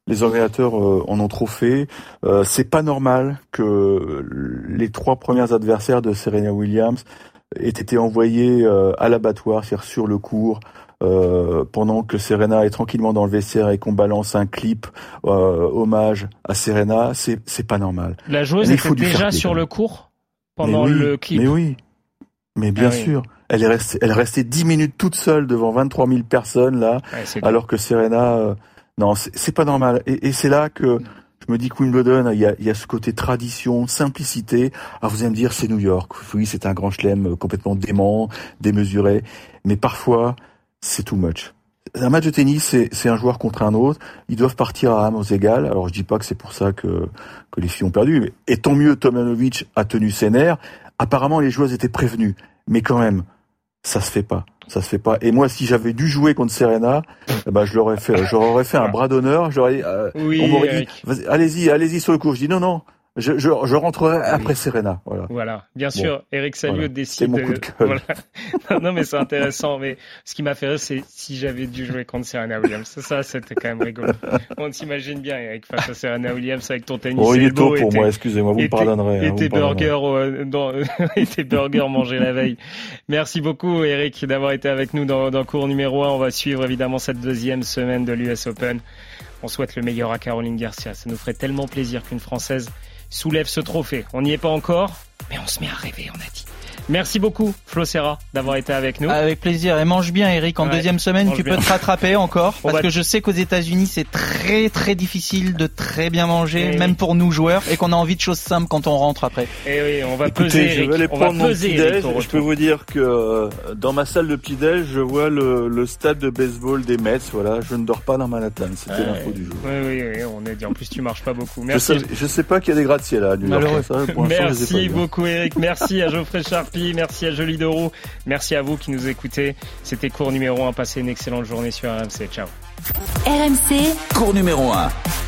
Les organisateurs euh, en ont trop fait. Euh, c'est pas normal que les trois premiers adversaires de Serena Williams aient été envoyés euh, à l'abattoir, c'est-à-dire sur le court, euh, pendant que Serena est tranquillement dans le vestiaire et qu'on balance un clip euh, hommage à Serena. C'est c'est pas normal. La joueuse Mais était déjà sur le court pendant mais oui, le clip. Mais oui, mais bien ah, oui. sûr. Elle est restée, elle est restée dix minutes toute seule devant vingt-trois mille personnes là, ouais, alors que Serena. Euh, Non, c'est, c'est pas normal. Et, et c'est là que je me dis que Wimbledon, il y a, il y a ce côté tradition, simplicité. Alors vous allez me dire, c'est New York. Oui, c'est un grand chelem complètement dément, démesuré. Mais parfois, c'est too much. Un match de tennis, c'est, c'est un joueur contre un autre. Ils doivent partir à armes égales. Alors je dis pas que c'est pour ça que, que les filles ont perdu. Mais, et tant mieux, Tomljanovic a tenu ses nerfs. Apparemment, les joueuses étaient prévenues. Mais quand même, ça se fait pas. Ça se fait pas. Et moi, si j'avais dû jouer contre Serena, eh ben, je l'aurais fait, j'aurais fait un bras d'honneur. J'aurais, euh, oui, on m'aurait Eric. dit, vas-y, allez-y, allez-y sur le cours. Je dis non, non. Je, je, je rentrerai après Serena. Voilà. Voilà. Bien sûr, bon, Eric Salio voilà. décide. C'est mon coup de gueule. Voilà. Non, mais c'est intéressant. Mais ce qui m'a fait rire, c'est si j'avais dû jouer contre Serena Williams. Ça, c'était quand même rigolo. On t'imagine bien, Eric, face à Serena Williams avec ton tennis. Oh, il est tôt pour tes, moi. Excusez-moi, vous me pardonnerez. Et hein, tes burgers, euh, dans, et tes burgers mangés la veille. Merci beaucoup, Eric, d'avoir été avec nous dans, dans cours numéro un. On va suivre évidemment cette deuxième semaine de l'U S Open. On souhaite le meilleur à Caroline Garcia. Ça nous ferait tellement plaisir qu'une Française soulève ce trophée. On n'y est pas encore, mais on se met à rêver, on a dit. Merci beaucoup, Flo Serra, d'avoir été avec nous. Avec plaisir. Et mange bien, Eric. En ouais, deuxième semaine, tu bien. peux te rattraper encore. Parce va... que je sais qu'aux États-Unis, c'est très, très difficile de très bien manger, et même oui. pour nous joueurs, et qu'on a envie de choses simples quand on rentre après. Et oui, on va Écoutez, peser, je Eric. vais aller on prendre mon petit-déj. Je peux vous dire que euh, dans ma salle de petit-déj, je vois le, le stade de baseball des Mets. Voilà, je ne dors pas dans Manhattan. C'était ouais, l'info du jour. Oui, oui, oui. On est dit. En plus, tu marches pas beaucoup. Merci. Je sais, je sais pas qu'il y a des gratte-ciel à New York. Ça, merci beaucoup, Eric. Merci à Geoffrey Charpie. Merci à Jolie Doroux. Merci à vous qui nous écoutez. C'était cours numéro un. Passez une excellente journée sur R M C. Ciao. R M C, cours numéro un.